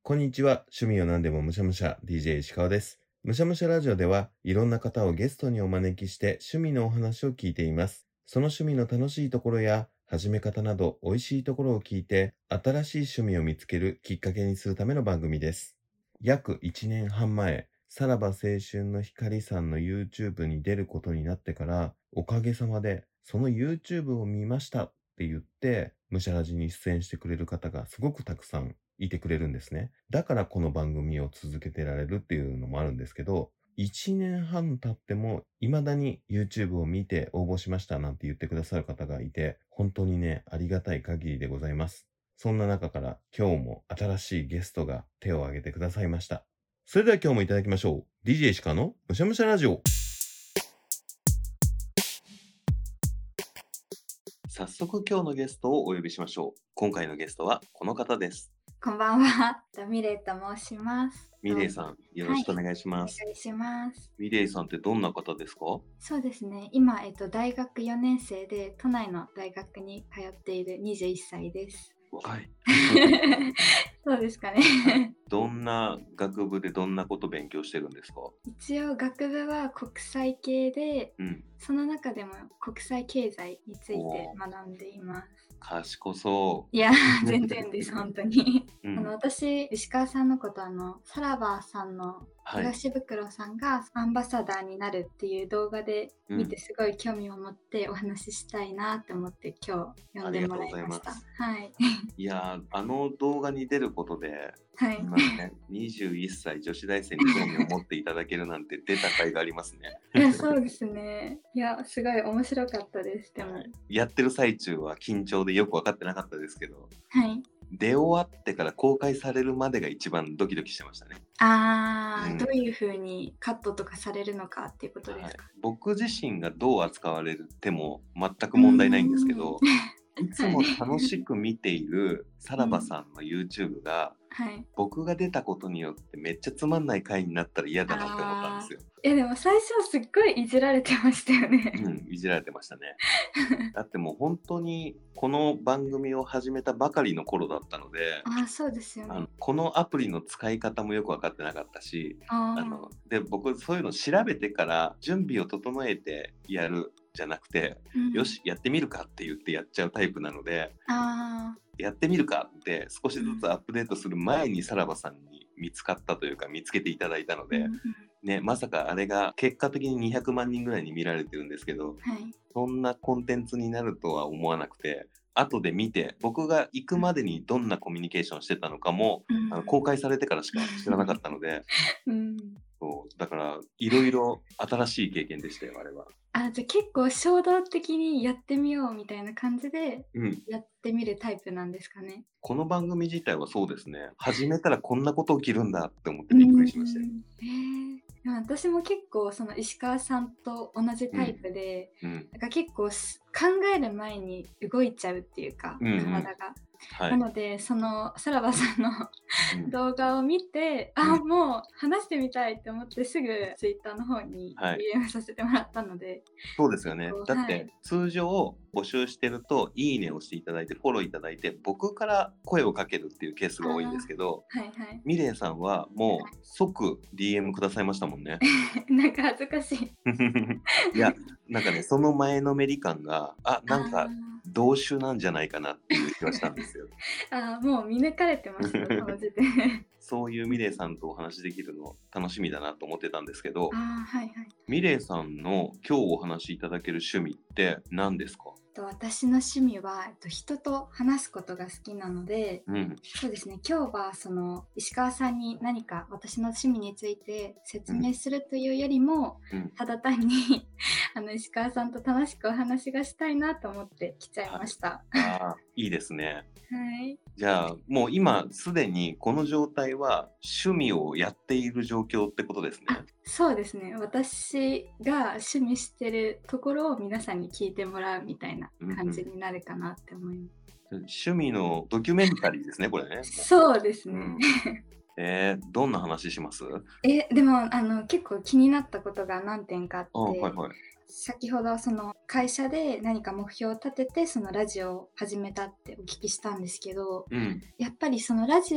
こんにちは。趣味を何でもむしゃむしゃ DJ 石川です。むしゃむしゃラジオではいろんな方をゲストにお招きして趣味のお話を聞いています。その趣味の楽しいところや始め方など美味しいところを聞いて新しい趣味を見つけるきっかけにするための番組です。約1年半前、さらば青春の光さんの YouTube に出ることになってからおかげさまでその YouTube を見ましたって言ってむしゃラジに出演してくれる方がすごくたくさんいてくれるんですね。だからこの番組を続けてられるっていうのもあるんですけど、1年半経っても未だに YouTube を見て応募しましたなんて言ってくださる方がいて、本当にね、ありがたい限りでございます。そんな中から今日も新しいゲストが手を挙げてくださいました。それでは今日もいただきましょう。DJ 石川のむしゃむしゃラジオ。早速今日のゲストをお呼びしましょう。今回のゲストはこの方です。 こんばんは、ミレイと申します。 ミレイさん、よろしくお願いします。 お願いします。 ミレイさんってどんな方ですか？ そうですね、今、大学4年生で都内の大学に通っている21歳です。 若い。 そうですかね。 どんな学部でどんなこと勉強してるんですか？ 一応学部は国際系で、その中でも国際経済について学んでいます。 賢そう。 いや、全然です、本当に。私、石川さんのことさらばさんの東袋さんがアンバサダーになるっていう動画で見てすごい興味を持ってお話ししたいなって思って今日呼んでもらいました。はい。 いやあの動画に出ることで、今ね、21歳女子大生に興味を持っていただけるなんて出た甲斐がありますね。 いや、そうですね。いや、すごい面白かったです。でも、 やってる最中は緊張でよく分かってなかったですけど、 はい。 出終わってから公開されるまでが一番ドキドキしてましたね。 どういう風にカットとかされるのかっていうことですか？ 僕自身がどう扱われても全く問題ないんですけど、いつも楽しく見ているさらばさんの YouTube が、僕が出たことによってめっちゃつまんない回になったら嫌だなって思ったんですよ。 でも最初すっごいいじられてましたよね。 いじられてましたね。だってもう本当にこの番組を始めたばかりの頃だったので、 そうですよね。 このアプリの使い方もよく分かってなかったし、で僕そういうの調べてから準備を整えてやるじゃなくて、よしやってみるかって言ってやっちゃうタイプなので、やってみるかって少しずつアップデートする前にさらばさんに見つかったというか見つけていただいたので、ね、まさかあれが結果的に200万人ぐらいに見られてるんですけど、そんなコンテンツになるとは思わなくて、後で見て僕が行くまでにどんなコミュニケーションしてたのかも、公開されてからしか知らなかったので、そうだからいろいろ新しい経験でしたよ、あれは。 じゃあ結構衝動的にやってみようみたいな感じでやってみるタイプなんですかね。 この番組自体はそうですね。始めたらこんなこと起きるんだって思ってびっくりしましたよ。 私も結構その石川さんと同じタイプで、なんか結構考える前に動いちゃうっていうか、体が。なのでそのさらばさんの動画を見て、もう話してみたいって思ってすぐツイッターの方に DM させてもらったので。 そうですよね。だって通常募集してるといいねをしていただいてフォローいただいて僕から声をかけるっていうケースが多いんですけど、ミレイさんはもう即 DM くださいましたもんね。 なんか恥ずかしい。 いやなんかね、その前のめり感がなんか同種なんじゃないかなっていう気はしたんですよ。 もう見抜かれてましたこの時点。 そういうミレイさんとお話できるの楽しみだなと思ってたんですけど、ミレイさんの今日お話しいただける趣味って何ですか？ 私の趣味は、人と話すことが好きなので、そうですね、今日はその石川さんに何か私の趣味について説明するというよりも、ただ単に石川さんと楽しくお話がしたいなと思って来ちゃいました。 いいですね。 はい。 じゃあもう今すでにこの状態は趣味をやっている状況ってことですね。 そうですね。私が趣味してるところを皆さんに聞いてもらうみたいな感じになるかなって思います。 趣味のドキュメンタリーですね、これね。 そうですね。 どんな話します？ でも結構気になったことが何点かあって、先ほどその会社で何か目標を立ててそのラジオを始めたってお聞きしたんですけど、やっぱりそのラジオっ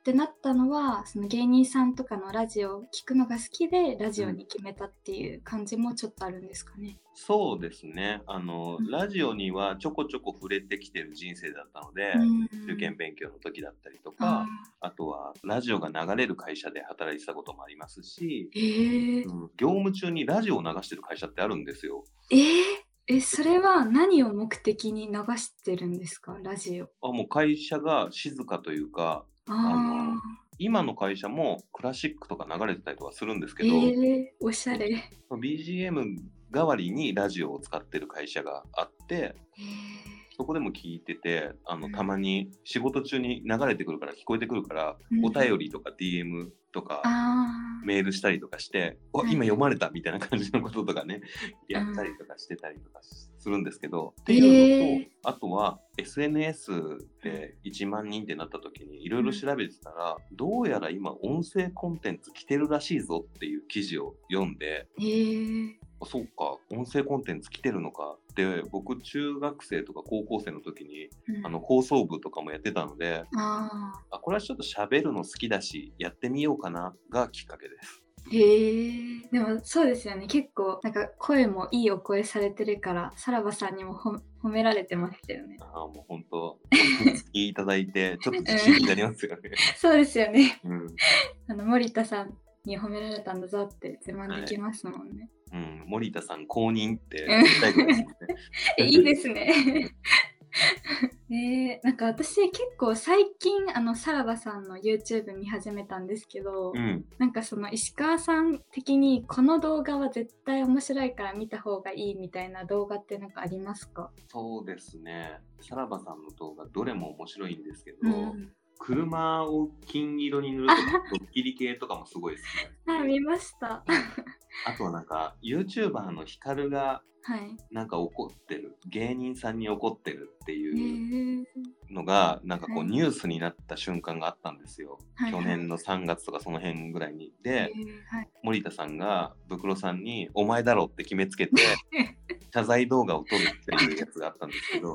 ってなったのは、その芸人さんとかのラジオを聞くのが好きでラジオに決めたっていう感じもちょっとあるんですかね。 そうですね。ラジオにはちょこちょこ触れてきてる人生だったので、受験勉強の時だったりとか、あとはラジオが流れる会社で働いてたこともありますし、業務中にラジオを流してる会社ってあるんですよ。 それは何を目的に流してるんですか、ラジオ。 もう会社が静かというか、今の会社もクラシックとか流れてたりとかするんですけど、 おしゃれ。 BGM 代わりにラジオを使ってる会社があって、そこでも聞いてて、たまに仕事中に流れてくるから聞こえてくるから、お便りとか DM とかメールしたりとかして、今読まれたみたいな感じのこととかね、やったりとかしてたりとかするんですけど、っていうのと、あとは SNS で1万人ってなった時にいろいろ調べてたら、どうやら今音声コンテンツ来てるらしいぞっていう記事を読んで、そうか、音声コンテンツ来てるのかって、僕中学生とか高校生の時に、放送部とかもやってたので、これはちょっと喋るの好きだしやってみようかながきっかけです。 でもそうですよね。結構なんか声もいいお声されてるから、さらばさんにも褒められてましたよね。 もう本当聞いていただいてちょっと自信になりますよね。 そうですよね。森田さんに褒められたんだぞって自慢できますもんね。 森田さん公認って言いたいですね。 いいですね。なんか私結構最近さらばさんの YouTube 見始めたんですけど、なんかその石川さん的にこの動画は絶対面白いから見た方がいいみたいな動画ってなんかありますか？ そうですね。さらばさんの動画どれも面白いんですけど、車を金色に塗るとかドッキリ系とかもすごい好きなんです、 見ました。 あとはなんか YouTuber のヒカルがなんか怒ってる、芸人さんに怒ってるっていうのがなんかこうニュースになった瞬間があったんですよ。去年の3月とかその辺ぐらいに。で、森田さんがブクロさんにお前だろって決めつけて謝罪動画を撮るっていうやつがあったんですけど、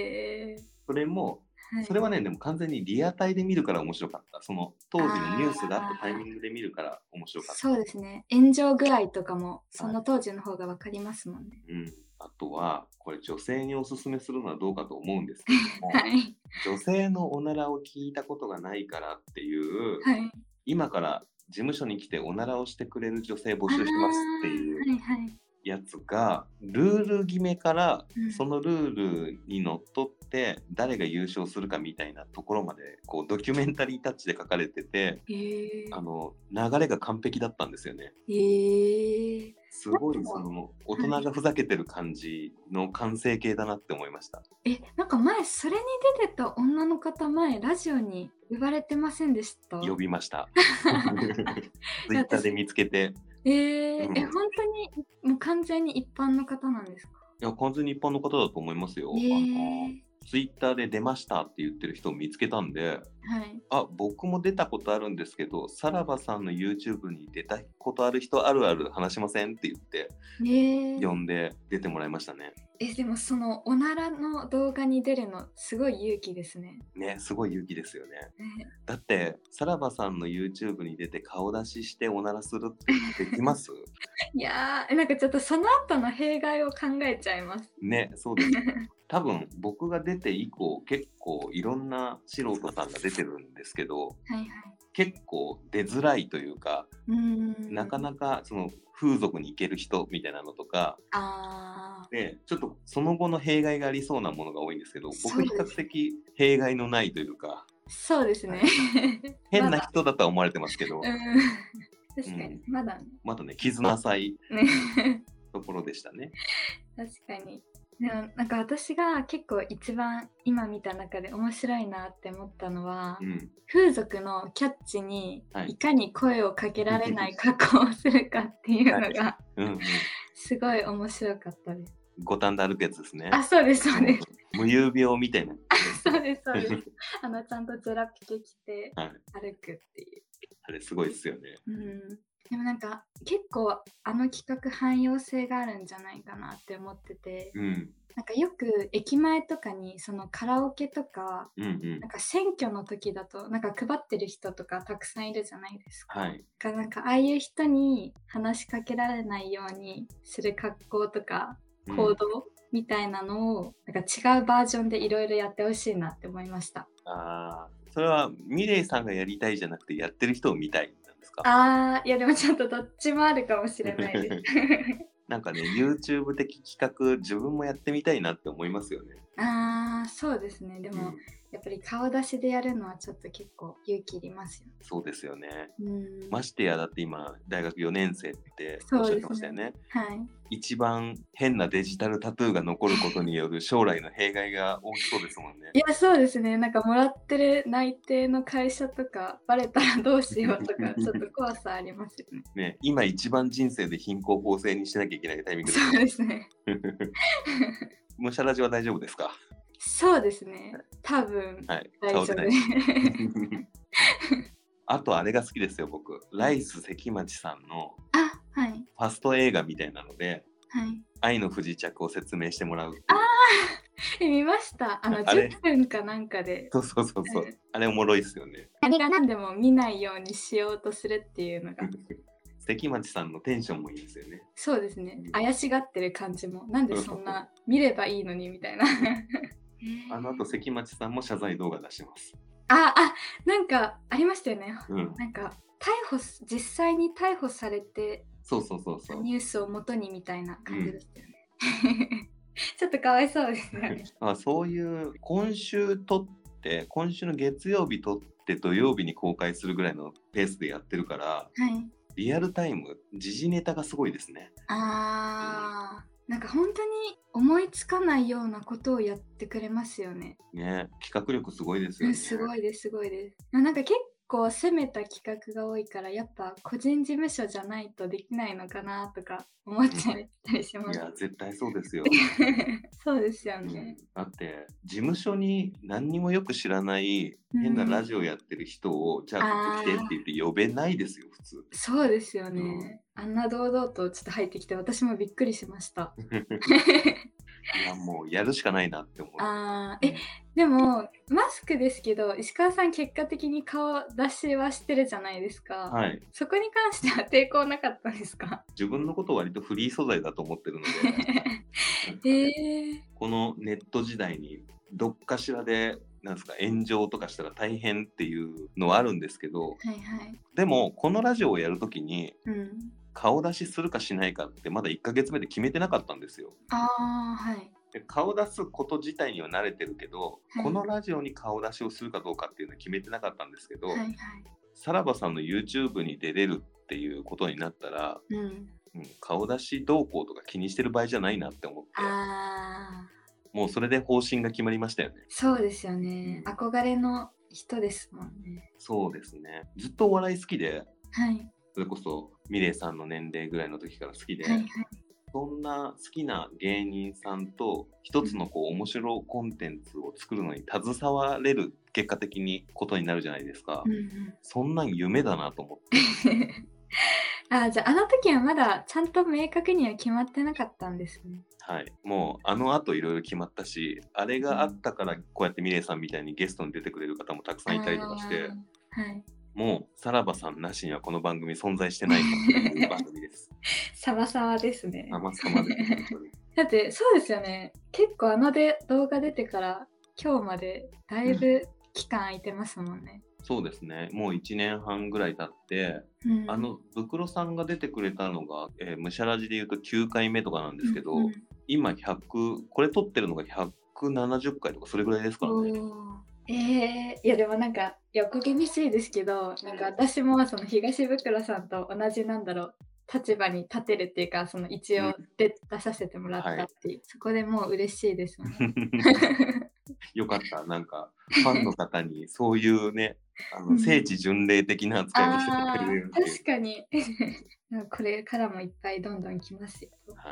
それはね、でも完全にリアタイで見るから面白かった。その当時のニュースがあったタイミングで見るから面白かった。 そうですね。炎上具合とかもその当時の方が分かりますもんね。 あとはこれ女性におすすめするのはどうかと思うんですけども、女性のおならを聞いたことがないからっていう、今から事務所に来ておならをしてくれる女性募集しますっていうやつがルール決めからそのルールにのっとって誰が優勝するかみたいなところまでこうドキュメンタリータッチで書かれてて、流れが完璧だったんですよね。すごいその大人がふざけてる感じの完成形だなって思いました。 なんか前それに出てた女の方ラジオに呼ばれてませんでした？ 呼びました。ツイッターで見つけて。 本当にもう完全に一般の方なんですか？ いや、完全に一般の方だと思いますよ。ツイッターで出ましたって言ってる人を見つけたんで、僕も出たことあるんですけど、さらばさんの YouTube に出たことある人あるある話しませんって言って、呼んで出てもらいましたね。 でもそのおならの動画に出るのすごい勇気ですね。 すごい勇気ですよね。だってさらばさんの YouTube に出て顔出ししておならするってできます？ いやなんかちょっとその後の弊害を考えちゃいます。 そうですね。多分僕が出て以降結構いろんな素人さんが出てるんですけど、結構出づらいというか、なかなかその風俗に行ける人みたいなのとかでちょっとその後の弊害がありそうなものが多いんですけど、僕比較的弊害のないというか、 そうですね。 変な人だとは思われてますけど、 確かにまだね傷の浅いところでしたね。 確かに。でもなんか私が結構一番今見た中で面白いなって思ったのは、風俗のキャッチにいかに声をかけられない格好をするかっていうのがすごい面白かったです。 五反田歩くやつですね。 そうですそうです。 無遊病みたいな。 そうですそうです。ちゃんとジェラピケ着て歩くっていう。 あれすごいですよね。 でもなんか結構あの企画汎用性があるんじゃないかなって思ってて、なんかよく駅前とかにそのカラオケとか、なんか選挙の時だとなんか配ってる人とかたくさんいるじゃないですか。なんかああいう人に話しかけられないようにする格好とか行動みたいなのをなんか違うバージョンでいろいろやってほしいなって思いました。 それはミレイさんがやりたいじゃなくてやってる人を見たいなんですか？ いやでもちょっとどっちもあるかもしれないです。 なんかね、YouTube 的企画自分もやってみたいなって思いますよね。 そうですね。でも、やっぱり顔出しでやるのはちょっと結構勇気いりますよね。 そうですよね。ましてやだって今大学4年生っておっしゃってましたよね。一番変なデジタルタトゥーが残ることによる将来の弊害が大きそうですもんね。 いや、そうですね。なんかもらってる内定の会社とかバレたらどうしようとかちょっと怖さありますよね。今一番人生で貧困法制にしなきゃいけないタイミングですね。そうですね。 むしゃらじは大丈夫ですか？ そうですね。多分、大丈夫です。 あとあれが好きですよ、僕。ライス関町さんのファスト映画みたいなので、愛の不時着を説明してもらう。 見ました。10分かなんかで。 そう。あれおもろいですよね。 あれが何でも見ないようにしようとするっていうのが。 関町さんのテンションもいいですよね。 そうですね。怪しがってる感じも。なんでそんな見ればいいのにみたいな。 あと関町さんも謝罪動画出してます。 なんかありましたよね。なんか実際に逮捕されて、 そうニュースを元にみたいな感じでしたよね。ちょっとかわいそうですね。 そういう今週の月曜日撮って土曜日に公開するぐらいのペースでやってるから、リアルタイム時事ネタがすごいですね。 なんか本当に思いつかないようなことをやってくれますよね。 ね、企画力すごいですよね。 すごいです。なんか結構攻めた企画が多いから、やっぱ個人事務所じゃないとできないのかなとか思っちゃったりします。 いや、絶対そうですよ。 そうですよね。 だって事務所に何にもよく知らない変なラジオやってる人を、じゃあ来てって言って呼べないですよ、普通。 そうですよね。あんな堂々とちょっと入ってきて私もびっくりしました。 いや、もうやるしかないなって思う。 でもマスクですけど石川さん結果的に顔出しはしてるじゃないですか。そこに関しては抵抗なかったんですか？ 自分のことを割とフリー素材だと思ってるのでこのネット時代にどっかしらでなんですか炎上とかしたら大変っていうのはあるんですけど、でもこのラジオをやるときに、顔出しするかしないかってまだ1ヶ月目で決めてなかったんですよ。顔出すこと自体には慣れてるけど、このラジオに顔出しをするかどうかっていうのは決めてなかったんですけど、さらばさんの YouTube に出れるっていうことになったら、顔出し動向とか気にしてる場合じゃないなって思って、もうそれで方針が決まりましたよね。 そうですよね。憧れの人ですもんね。 そうですね。ずっとお笑い好きで、それこそミレイさんの年齢ぐらいの時から好きで、そんな好きな芸人さんと一つの面白コンテンツを作るのに携われる結果的にことになるじゃないですか。そんなん夢だなと思って。 じゃああの時はまだちゃんと明確には決まってなかったんですね。 もうあの後いろいろ決まったし、あれがあったからこうやってミレイさんみたいにゲストに出てくれる方もたくさんいたりとかして、もうさらばさんなしにはこの番組存在してないという番組です。 さまさまですね。 さまさまです。 だってそうですよね。結構動画出てから今日までだいぶ期間空いてますもんね。 そうですね。もう1年半ぐらい経って、ブクロさんが出てくれたのが、むしゃらじで言うと9回目とかなんですけど、今これ撮ってるのが170回とかそれぐらいですからね。 いやでもなんか横厳しいですけど、なんか私もその東ブクロさんと同じ立場に立てるっていうか、その一応出させてもらったっていう、そこでもう嬉しいですもん。 よかった。なんかファンの方にそういうね、聖地巡礼的な扱いをしてくれるっていう。 確かに。これからもいっぱいどんどん来ますよ。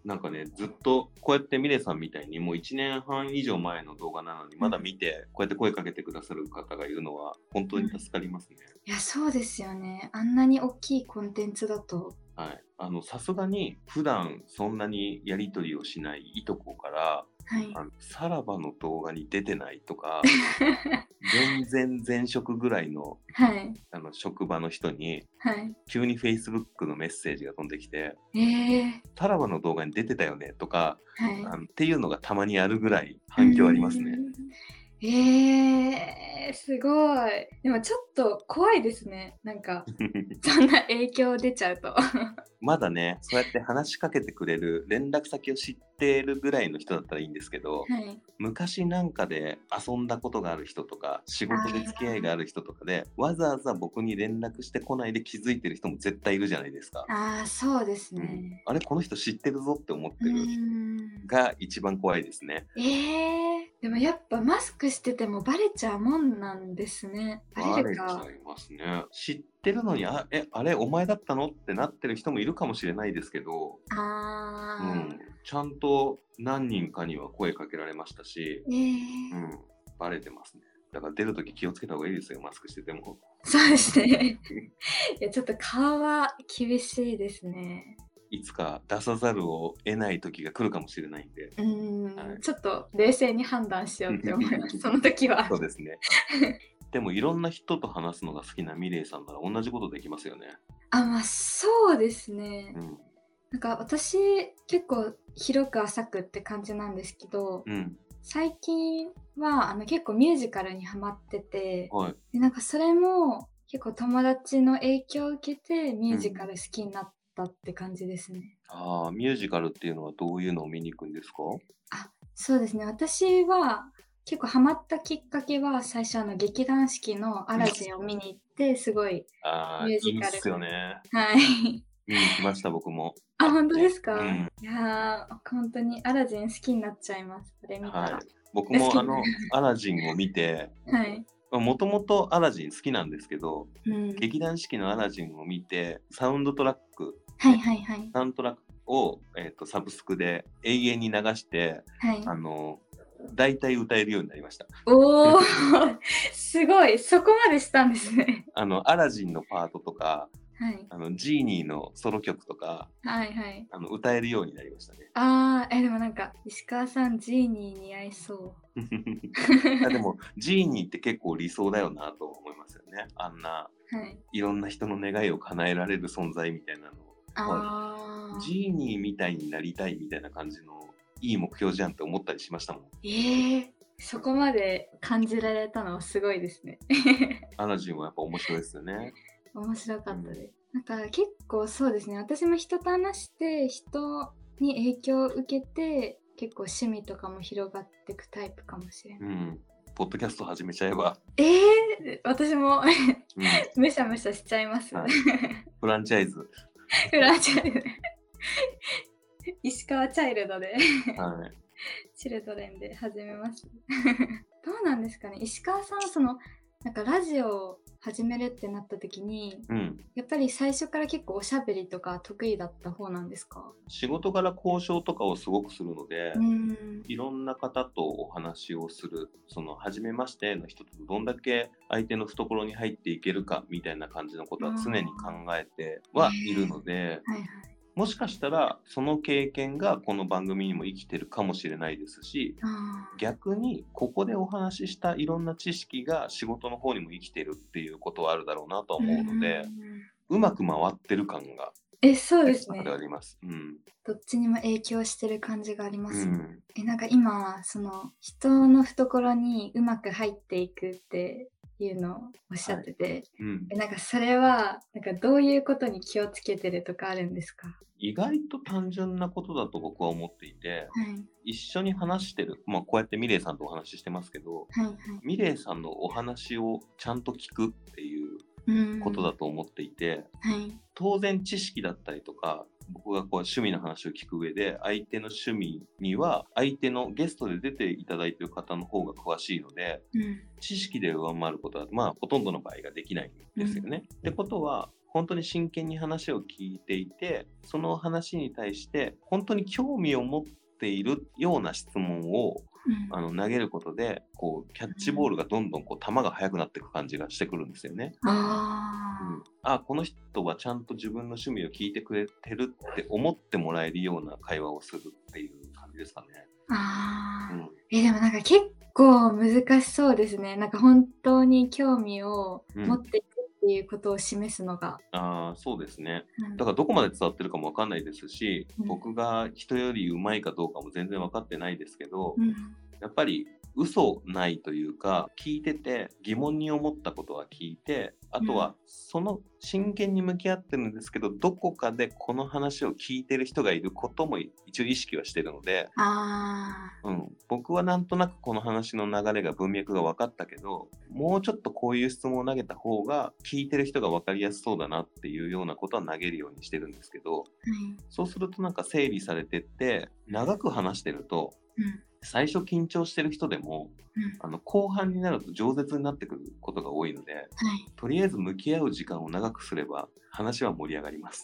なんかね、ずっとこうやってミレイさんみたいにもう1年半以上前の動画なのにまだ見て、こうやって声かけてくださる方がいるのは本当に助かりますね。 いや、そうですよね。あんなに大きいコンテンツだと。 はい。さすがに普段そんなにやり取りをしないいとこから、 はい、 さらばの動画に出てないとか全然前職ぐらいの、 はい、 職場の人に、 はい、 急に Facebook のメッセージが飛んできてさらばの動画に出てたよねとか、 はい、 っていうのがたまにあるぐらい反響ありますね。 すごい。でもちょっと怖いですね。なんかそんな影響出ちゃうとまだね、そうやって話しかけてくれる連絡先を知っているぐらいの人だったらいいんですけど、 はい、 昔なんかで遊んだことがある人とか仕事で付き合いがある人とかでわざわざ僕に連絡してこないで気づいてる人も絶対いるじゃないですか。 そうですね、 あれこの人知ってるぞって思ってるが一番怖いですね。 でもやっぱマスクしててもバレちゃうもんなんですね。 バレちゃいますね。知ってるのにあれお前だったのってなってる人もいるかもしれないですけど、ちゃんと何人かには声かけられましたし、バレてますね。だから出るとき気をつけた方がいいですよ、マスクしてても。 そうですねいやちょっと顔は厳しいですね。 いつか出さざるを得ない時が来るかもしれないんで、 ちょっと冷静に判断しようって思いますその時は。 そうですねでもいろんな人と話すのが好きなミレイさんなら同じことできますよね。 まあそうですね、なんか私結構広く浅くって感じなんですけど、最近は結構ミュージカルにハマってて、でなんかそれも結構友達の影響を受けてミュージカル好きになったって感じですね。 ミュージカルっていうのはどういうのを見に行くんですか？ そうですね、私は結構ハマったきっかけは最初劇団四季のアラジンを見に行ってすごいミュージカル、 いいっすよね。見に行きました僕も。 本当ですか？いや本当にアラジン好きになっちゃいます。それ見たら。 僕もアラジンを見て、もともとアラジン好きなんですけど、劇団四季のアラジンを見てサウンドトラック、サウンドトラックを、サブスクで永遠に流して、大体歌えるようになりました。 おーすごい、そこまでしたんですね。 アラジンのパートとか、ジーニーのソロ曲とか、歌えるようになりましたね。 でもなんか石川さんジーニー似合いそう。 でもジーニーって結構理想だよなと思いますよね。あんな、いろんな人の願いを叶えられる存在みたいなの。ジーニーみたいになりたいみたいな感じのいい目標じゃんって思ったりしましたもん。 そこまで感じられたのはすごいですね。 アラジンはやっぱ面白いですよね。 面白かったです。なんか結構そうですね、私も人と話して人に影響を受けて結構趣味とかも広がっていくタイプかもしれない。 ポッドキャスト始めちゃえば。 私もむしゃむしゃしちゃいます。 フランチャイズ。 フランチャイズ。石川チャイルドで、チルドレンで始めます。どうなんですかね、石川さんなんかラジオを始めるってなった時に、やっぱり最初から結構おしゃべりとか得意だった方なんですか？ 仕事から交渉とかをすごくするので、いろんな方とお話をする、初めましての人とどんだけ相手の懐に入っていけるかみたいな感じのことは常に考えてはいるので、もしかしたらその経験がこの番組にも生きてるかもしれないですし、逆にここでお話ししたいろんな知識が仕事の方にも生きてるっていうことはあるだろうなと思うので、うまく回ってる感がそうですね。 あります。 どっちにも影響してる感じがあります。なんか今人の懐にうまく入っていくっていうのをおっしゃってて、なんかそれはなんかどういうことに気をつけてるとかあるんですか？ 意外と単純なことだと僕は思っていて、一緒に話してる、こうやってミレイさんとお話ししてますけど、ミレイさんのお話をちゃんと聞くっていうことだと思っていて、当然知識だったりとか僕が趣味の話を聞く上で相手の趣味には相手のゲストで出ていただいている方の方が詳しいので、知識で上回ることはほとんどの場合ができないんですよね。ってことは本当に真剣に話を聞いていて、その話に対して本当に興味を持っているような質問を投げることで、こうキャッチボールがどんどんこう球が速くなっていく感じがしてくるんですよね。この人はちゃんと自分の趣味を聞いてくれてるって思ってもらえるような会話をするっていう感じですかね。 でもなんか結構難しそうですね。なんか本当に興味を持っているっていうことを示すのが。 そうですね。だからどこまで伝わってるかも分かんないですし、僕が人よりうまいかどうかも全然分かってないですけど、やっぱり嘘ないというか、聞いてて疑問に思ったことは聞いて、あとはその真剣に向き合ってるんですけど、どこかでこの話を聞いてる人がいることも一応意識はしてるので、僕はなんとなくこの話の流れが文脈が分かったけど、もうちょっとこういう質問を投げた方が聞いてる人が分かりやすそうだなっていうようなことは投げるようにしてるんですけど、そうするとなんか整理されてって、長く話してると、最初緊張してる人でも、後半になると饒舌になってくることが多いので、とりあえず向き合う時間を長くすれば話は盛り上がります。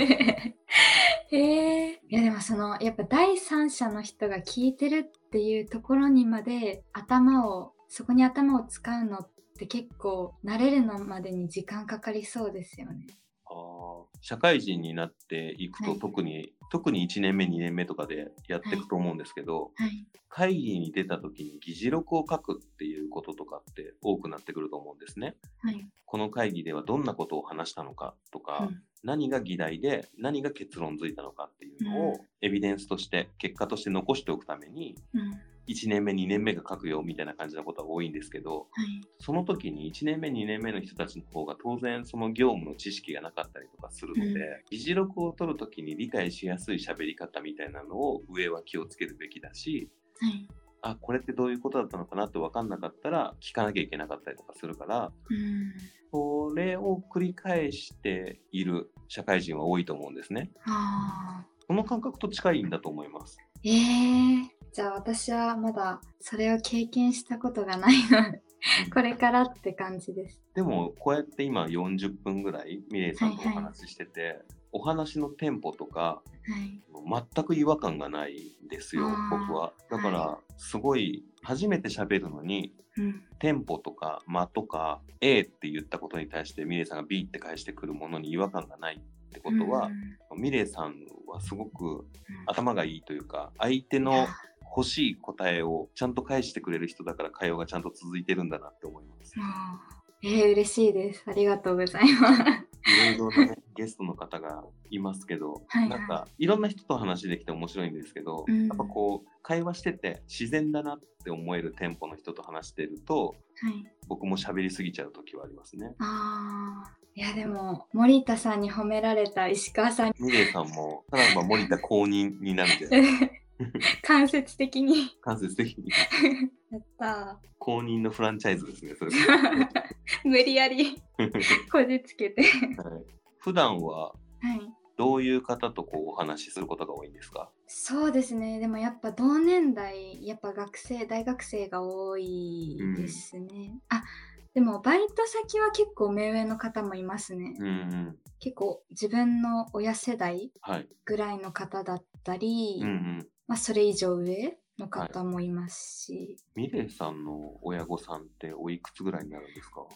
いやでもやっぱ第三者の人が聞いてるっていうところにまでそこに頭を使うのって結構慣れるのまでに時間かかりそうですよね。 社会人になっていくと、特に1年目2年目とかでやっていくと思うんですけど、会議に出た時に議事録を書くっていうこととかって多くなってくると思うんですね。この会議ではどんなことを話したのかとか、何が議題で何が結論づいたのかっていうのをエビデンスとして結果として残しておくために、1年目2年目が書くよみたいな感じなことは多いんですけど、その時に1年目2年目の人たちの方が当然その業務の知識がなかったりとかするので、議事録を取る時に理解しやすい喋り方みたいなのを上は気をつけるべきだし、これってどういうことだったのかなって分かんなかったら聞かなきゃいけなかったりとかするから、それを繰り返している社会人は多いと思うんですね。この感覚と近いんだと思います。 じゃあ私はまだそれを経験したことがないのでこれからって感じです。 でもこうやって今40分ぐらいミレイさんとお話ししてて、お話のテンポとか、全く違和感がないんですよ、僕は。だからすごい初めて喋るのに、テンポとか間とか A って言ったことに対してミレイさんが B って返してくるものに違和感がないってことは、ミレイさんはすごく頭がいいというか、相手の欲しい答えをちゃんと返してくれる人だから会話がちゃんと続いてるんだなって思います。 嬉しいです。ありがとうございます。 いろいろな、ゲストの方がいますけど、なんかいろんな人と話できて面白いんですけど、やっぱこう会話してて自然だなって思えるテンポの人と話してると、僕も喋りすぎちゃう時はありますね。 いやでも森田さんに褒められた石川さん、 ミレイさんもただ森田公認になるんで間接的にやった公認のフランチャイズですね、それ無理やりこじつけて普段はどういう方とお話しすることが多いんですか？ そうですね、でもやっぱ同年代、やっぱ大学生が多いですね。でもバイト先は結構目上の方もいますね。結構自分の親世代ぐらいの方だったり、それ以上上の方もいますし。 ミレイさんの親御さんっておいくつぐらいになるんですか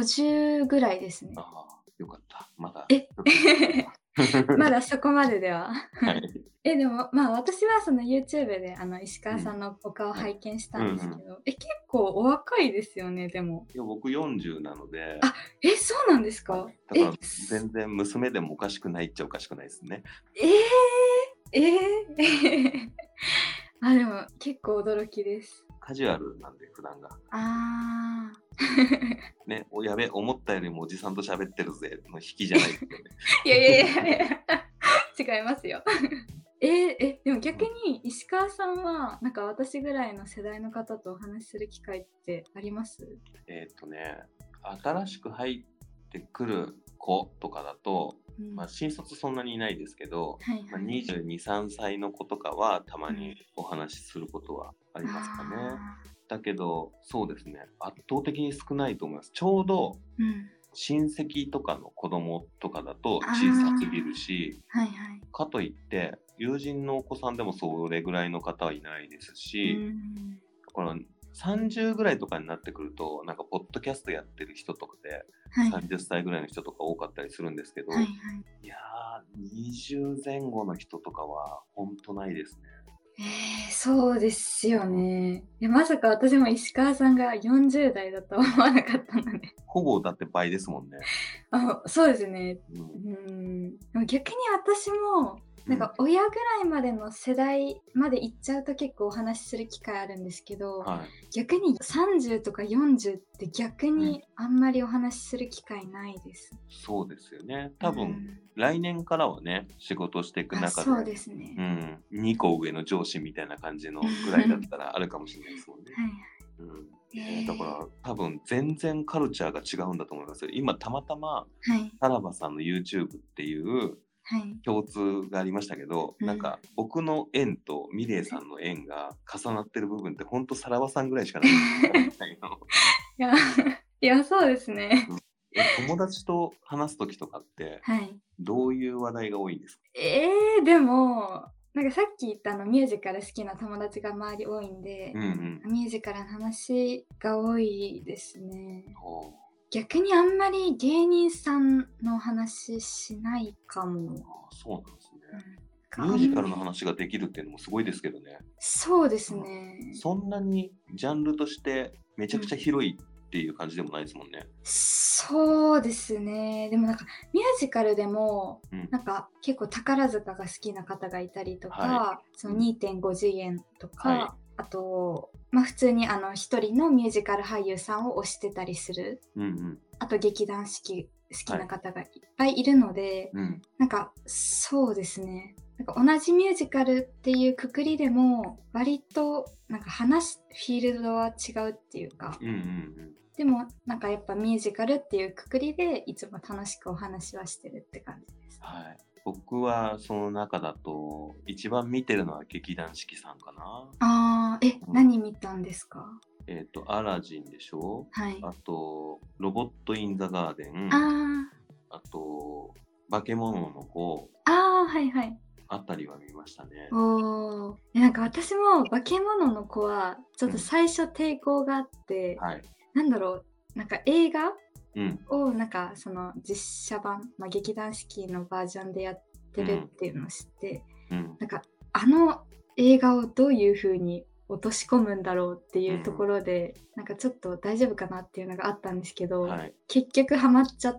？50ぐらいですね。 よかった。まだ。 まだそこまででは。でも私はその YouTube で石川さんのお顔拝見したんですけど、結構お若いですよね、でも。 いや、僕40なので。 そうなんですか？ だから全然娘でもおかしくないっちゃおかしくないですね。 でも結構驚きです。 カジュアルなんで普段が。ね、やべ、思ったよりもおじさんと喋ってるぜの引きじゃないですよね。 いや違いますよ。でも逆に石川さんはなんか私ぐらいの世代の方とお話しする機会ってあります？ 新しく入ってくる子とかだと、新卒そんなにいないですけど、22、3歳の子とかはたまにお話しすることはありますかね。だけどそうですね、圧倒的に少ないと思います。ちょうど、 親戚とかの子供とかだと小さすぎるし、 はいはい、 かといって友人のお子さんでもそれぐらいの方はいないですし、この30ぐらいとかになってくるとなんかポッドキャストやってる人とかで、30歳ぐらいの人とか多かったりするんですけど、いやー20前後の人とかはほんとないですね。 そうですよね。まさか私も石川さんが40代だとは思わなかったので。 ほぼだって倍ですもんね。 そうですね。でも逆に私もなんか親ぐらいまでの世代まで行っちゃうと結構お話しする機会あるんですけど、逆に30とか40って逆にあんまりお話しする機会ないです。 そうですよね。多分、来年からはね仕事していく中で、 そうですね、 2個上の上司みたいな感じのぐらいだったらあるかもしれないですもんね。だから多分全然カルチャーが違うんだと思います。今たまたまさらばさんの YouTube っていう共通がありましたけど、なんか僕の縁とミレイさんの縁が重なってる部分ってほんとさらばさんぐらいしかないみたいな。 いやそうですね。 友達と話す時とかってどういう話題が多いんですか？ でもなんかさっき言ったミュージカル好きな友達が周り多いんで、ミュージカルの話が多いですね。逆にあんまり芸人さんの話しないかも。 そうなんですね。ミュージカルの話ができるっていうのもすごいですけどね。 そうですね。 そんなにジャンルとしてめちゃくちゃ広いっていう感じでもないですもんね。 そうですね。でもなんかミュージカルでも、なんか結構宝塚が好きな方がいたりとか、その 2.50 円とか、あと普通に一人のミュージカル俳優さんを推してたりする、あと劇団四季好きな方がいっぱいいるので、なんかそうですね。なんか同じミュージカルっていうくくりでも割となんかフィールドは違うっていうか、でもなんかやっぱミュージカルっていうくくりでいつも楽しくお話はしてるって感じです。 僕はその中だと一番見てるのは劇団四季さんかな。 何見たんですか？ アラジンでしょ、あとロボット・イン・ザ・ガーデン、あと化け物の子、あたりは見ましたね。 なんか私も化け物の子はちょっと最初抵抗があって、なんだろう、なんか映画をなんかその実写版、劇団四季のバージョンでやってるっていうのを知って、なんか映画をどういう風に落とし込むんだろうっていうところで、なんかちょっと大丈夫かなっていうのがあったんですけど、結局ハマっちゃって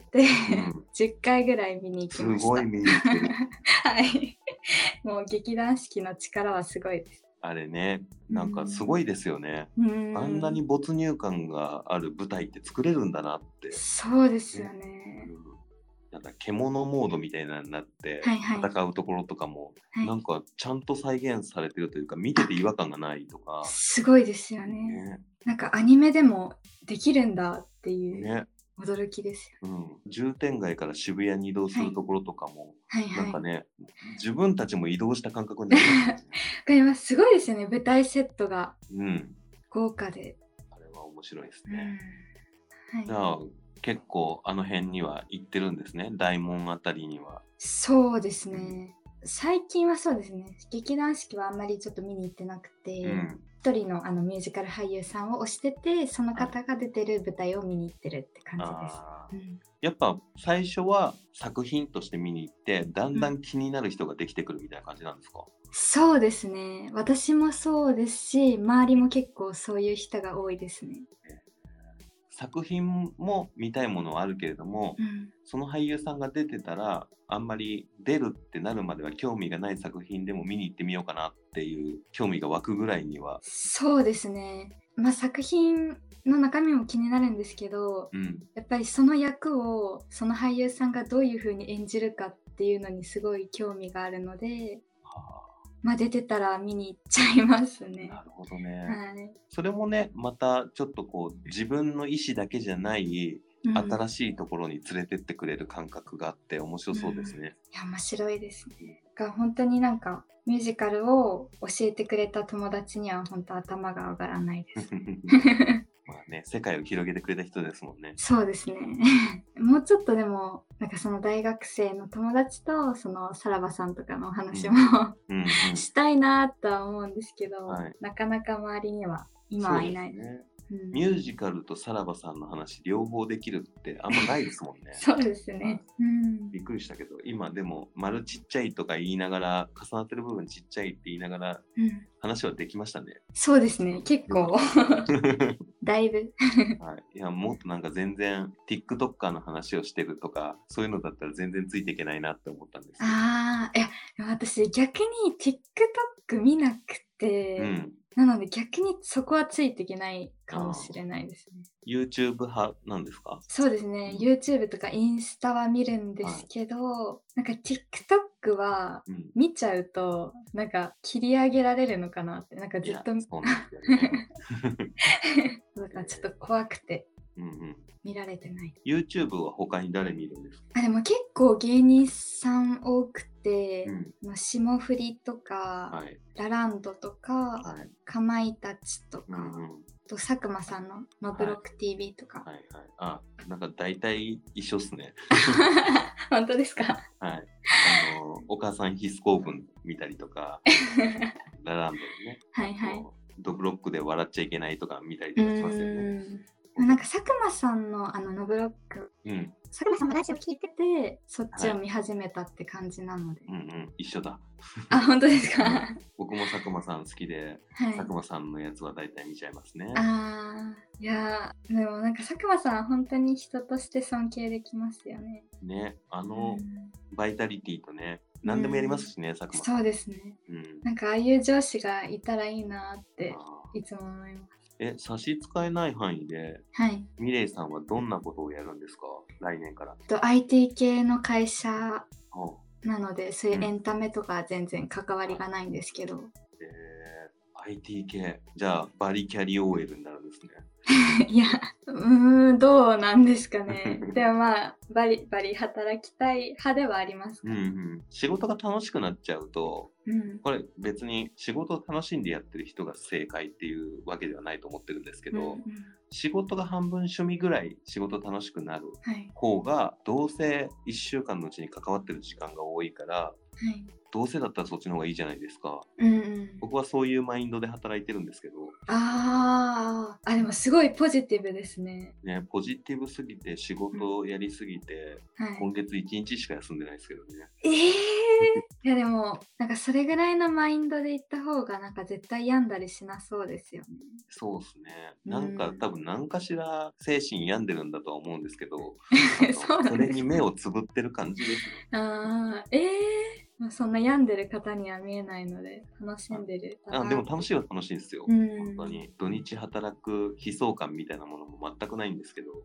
、10回ぐらい見に行きました。 すごい見に行ってる。 もう劇団四季の力はすごいです。 あれね、なんかすごいですよね。あんなに没入感がある舞台って作れるんだなって。 そうですよね。 なんか獣モードみたいなになって戦うところとかも、なんかちゃんと再現されてるというか、見てて違和感がないとか。 すごいですよね。なんかアニメでもできるんだっていう驚きですよ。 重点街から渋谷に移動するところとかも、なんかね、自分たちも移動した感覚になります。すごいですよね、舞台セットが豪華で。 あれは面白いですね。じゃあ結構あの辺には行ってるんですね、大門あたりには。そうですね。 最近はそうですね。劇団四季はあんまりちょっと見に行ってなくて、一人のミュージカル俳優さんを推してて、その方が出てる舞台を見に行ってるって感じです。 やっぱ最初は作品として見に行って、だんだん気になる人ができてくるみたいな感じなんですか？ そうですね。私もそうですし、周りも結構そういう人が多いですね。 作品も見たいものはあるけれども、その俳優さんが出てたらあんまり出るってなるまでは興味がない作品でも見に行ってみようかなっていう興味が湧くぐらいには。 そうですね。作品の中身も気になるんですけど、やっぱりその役をその俳優さんがどういう風に演じるかっていうのにすごい興味があるので、出てたら見に行っちゃいますね。 なるほどね。それもね、またちょっとこう自分の意思だけじゃない新しいところに連れてってくれる感覚があって面白そうですね。 いや面白いですね。本当になんかミュージカルを教えてくれた友達には本当頭が上がらないです。 まあね、世界を広げてくれた人ですもんね。 そうですね。もうちょっとでも、なんかその大学生の友達と、そのさらばさんとかのお話も、したいなとは思うんですけど、なかなか周りには今はいないですね。 ミュージカルとさらばさんの話両方できるってあんまないですもんね。 そうですね、 びっくりしたけど、今でも丸ちっちゃいとか言いながら、重なってる部分ちっちゃいって言いながら、話はできましたね。 そうですね、結構だいぶはい、いやもっとなんか全然 TikToker の話をしてるとかそういうのだったら全然ついていけないなって思ったんですけど。 いや私逆に TikTok 見なくて、なので逆にそこはついていけないかもしれないですね。 YouTube 派なんですか？ そうですね、YouTube とかインスタは見るんですけど、なんか TikTok は見ちゃうと、なんか切り上げられるのかなって、なんかずっとそうなんですよね。 だからちょっと怖くて見られてない。 YouTube は他に誰見るんですか？ でも結構芸人さん多くて、霜降りとか、ラランドとか、かまいたちとか、と佐久間さんのノブロック TV とか。 なんか大体一緒っすね。 本当ですか？ はい。お母さん必須公文見たりとか、ラランドのね、ドブロックで笑っちゃいけないとか見たりとかしますよね。 なんか佐久間さんのノブロック、佐久間さんのラジオ聞いててそっちを見始めたって感じなので、 一緒だ。 本当ですか？ 僕も佐久間さん好きで、佐久間さんのやつは大体見ちゃいますね。 いやでもなんか佐久間さん本当に人として尊敬できますよね。 ね、バイタリティとね、何でもやりますしね、佐久間さん。 そうですね。なんかああいう上司がいたらいいなっていつも思います。 差し支えない範囲で、ミレイさんはどんなことをやるんですか？来年から。 IT 系の会社なので、そういうエンタメとか全然関わりがないんですけど。 IT 系、じゃあバリキャリ OL になるんですね。 いや、どうなんですかね。でもまあ、バリバリ働きたい派ではありますか。 仕事が楽しくなっちゃうと、これ別に仕事を楽しんでやってる人が正解っていうわけではないと思ってるんですけど、仕事が半分趣味ぐらい仕事楽しくなる方が、どうせ1週間のうちに関わってる時間が多いから、どうせだったらそっちの方がいいじゃないですか。僕はそういうマインドで働いてるんですけど。 でもすごいポジティブですね。 ポジティブすぎて仕事をやりすぎて、今月1日しか休んでないですけどね。 いやでもなんかそれぐらいのマインドで行った方がなんか絶対病んだりしなそうですよね。 そうですね。なんか多分何かしら精神病んでるんだとは思うんですけど、それに目をつぶってる感じですね。 そんな病んでる方には見えないので楽しんでる。 でも楽しいは楽しいですよ。本当に土日働く悲壮感みたいなものも全くないんですけど。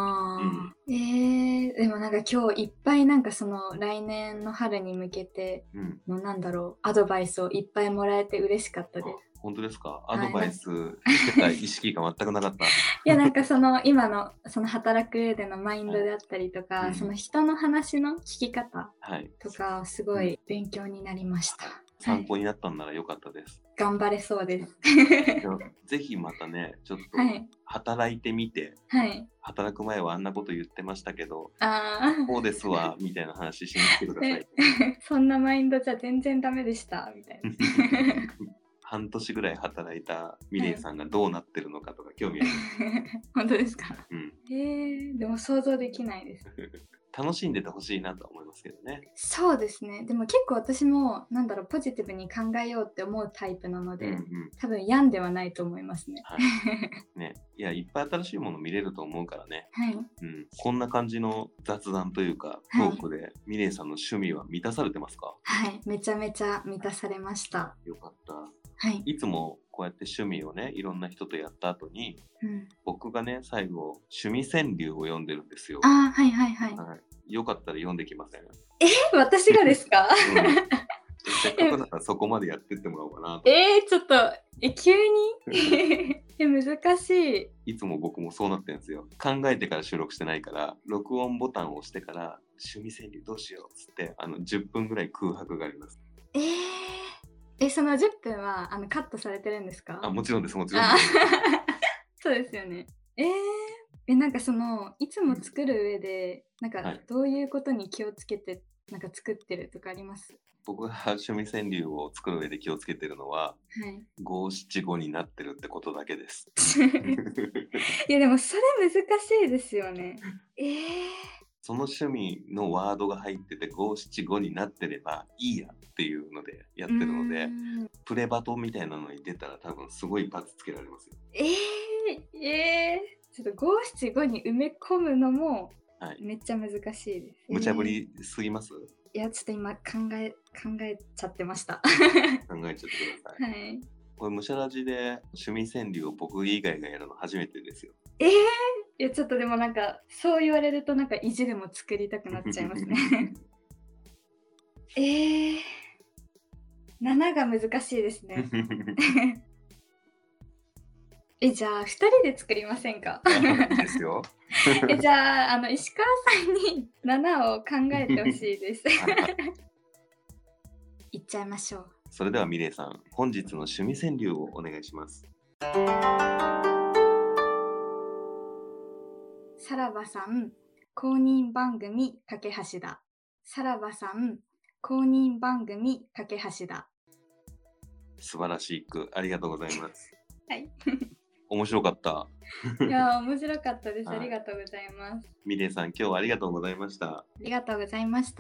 でもなんか今日いっぱいなんかその来年の春に向けてのアドバイスをいっぱいもらえて嬉しかったです。 本当ですか？アドバイスしてた意識が全くなかった。 いやなんかその今のその働く上でのマインドであったりとか、その人の話の聞き方とかすごい勉強になりました。 参考になったんなら良かったです。 頑張れそうです。 ぜひまたね、ちょっと働いてみて、働く前はあんなこと言ってましたけど、こうですわみたいな話しに来てください。 そんなマインドじゃ全然ダメでしたみたいな。 半年ぐらい働いたミレイさんがどうなってるのかとか興味ある。 本当ですか？でも想像できないです。 楽しんでてほしいなと思いますけどね。 そうですね。でも結構私もポジティブに考えようって思うタイプなので、多分病んではないと思いますね。 いやいっぱい新しいもの見れると思うからね。こんな感じの雑談というかトークでミレイさんの趣味は満たされてますか？ めちゃめちゃ満たされました。 よかった。いつもこうやって趣味をねいろんな人とやった後に、僕がね最後趣味川柳を読んでるんですよ。よかったら読んできません？ 私がですか？ せっかくだからそこまでやってってもらおうかなと。 ちょっと急に難しい。 いつも僕もそうなってるんですよ。考えてから収録してないから録音ボタンを押してから趣味川柳どうしようっつって10分ぐらい空白があります。その10分はカットされてるんですか？ もちろんです、もちろんです。 そうですよね。なんかいつも作る上で、なんかどういうことに気をつけて、なんか作ってるとかあります？ 僕が趣味川柳を作る上で気をつけてるのは、五七五になってるってことだけです。 いやでもそれ難しいですよね。 その趣味のワードが入ってて五七五になってればいいやっていうのでやってるので、プレバトみたいなのに出たら多分すごい罰つけられますよ。 ちょっと五七五に埋め込むのもめっちゃ難しいです。 無茶ぶりすぎます？ いやちょっと今考えちゃってました。 考えちゃってください。 はい。 これむしゃらじで趣味川柳を僕以外がやるの初めてですよ。 いやちょっとでもなんかそう言われるとなんか意地でも作りたくなっちゃいますね。7が難しいですね。じゃあ2人で作りませんか？ いいですよ。 じゃあ石川さんに7を考えてほしいです。いっちゃいましょう。 それではミレイさん、本日の趣味川柳をお願いします。 さらばさん、公認番組架け橋だ。さらばさん、公認番組架け橋だ。 素晴らしい句、ありがとうございます。 はい。 面白かった。 いや、面白かったです。ありがとうございます。 ミレイさん、今日はありがとうございました。 ありがとうございました。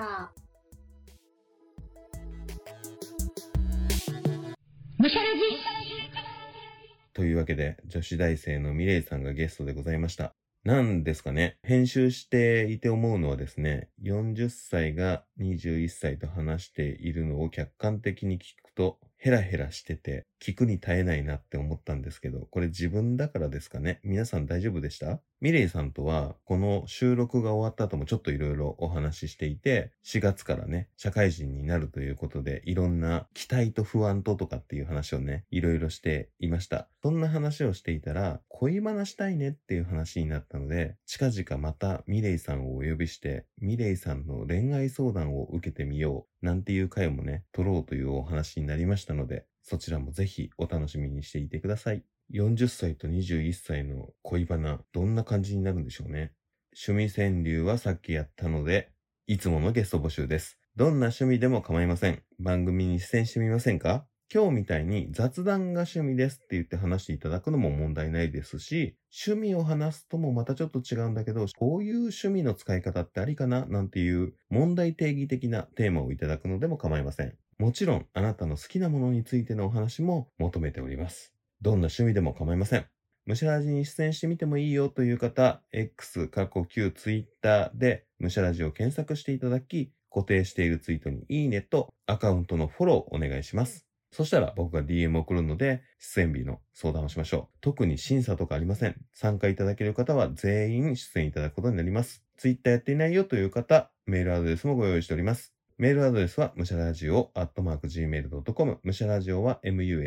むしゃらじというわけで、女子大生のミレイさんがゲストでございました。なんですかね、編集していて思うのはですね、40歳が21歳と話しているのを客観的に聞くと、ヘラヘラしてて、聞くに耐えないなって思ったんですけど、これ自分だからですかね。皆さん大丈夫でした？ミレイさんとは、この収録が終わった後もちょっといろいろお話ししていて、4月からね、社会人になるということで、いろんな期待と不安とかっていう話をね、いろいろしていました。そんな話をしていたら、恋バナしたいねっていう話になったので、近々またミレイさんをお呼びして、ミレイさんの恋愛相談を受けてみよう、なんていう回もね、撮ろうというお話になりましたので、そちらもぜひお楽しみにしていてください。40歳と21歳の恋バナ、どんな感じになるんでしょうね。趣味川柳はさっきやったので、いつものゲスト募集です。どんな趣味でも構いません。番組に出演してみませんか？今日みたいに雑談が趣味ですって言って話していただくのも問題ないですし、趣味を話すともまたちょっと違うんだけど、こういう趣味の使い方ってありかななんていう問題定義的なテーマをいただくのでも構いません。もちろん、あなたの好きなものについてのお話も求めております。どんな趣味でも構いません。むしゃらじに出演してみてもいいよという方、X、旧 Twitter でむしゃらじを検索していただき、固定しているツイートにいいねとアカウントのフォローお願いします。そしたら僕が DM を送るので、出演日の相談をしましょう。特に審査とかありません。参加いただける方は全員出演いただくことになります。Twitter やっていないよという方、メールアドレスもご用意しております。メールアドレスはむしゃらじお@gmail.com。むしゃらじおは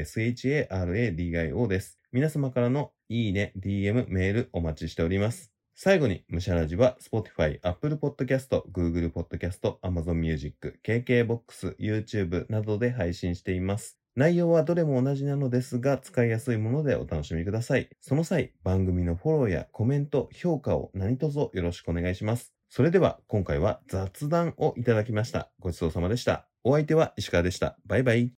musharadio です。皆様からのいいね、DM、メールお待ちしております。最後に、むしゃらじは Spotify、Apple Podcast、Google Podcast、Amazon Music、KKBOX、YouTube などで配信しています。内容はどれも同じなのですが、使いやすいものでお楽しみください。その際、番組のフォローやコメント、評価を何卒よろしくお願いします。それでは、今回は雑談をいただきました。ごちそうさまでした。お相手は石川でした。バイバイ。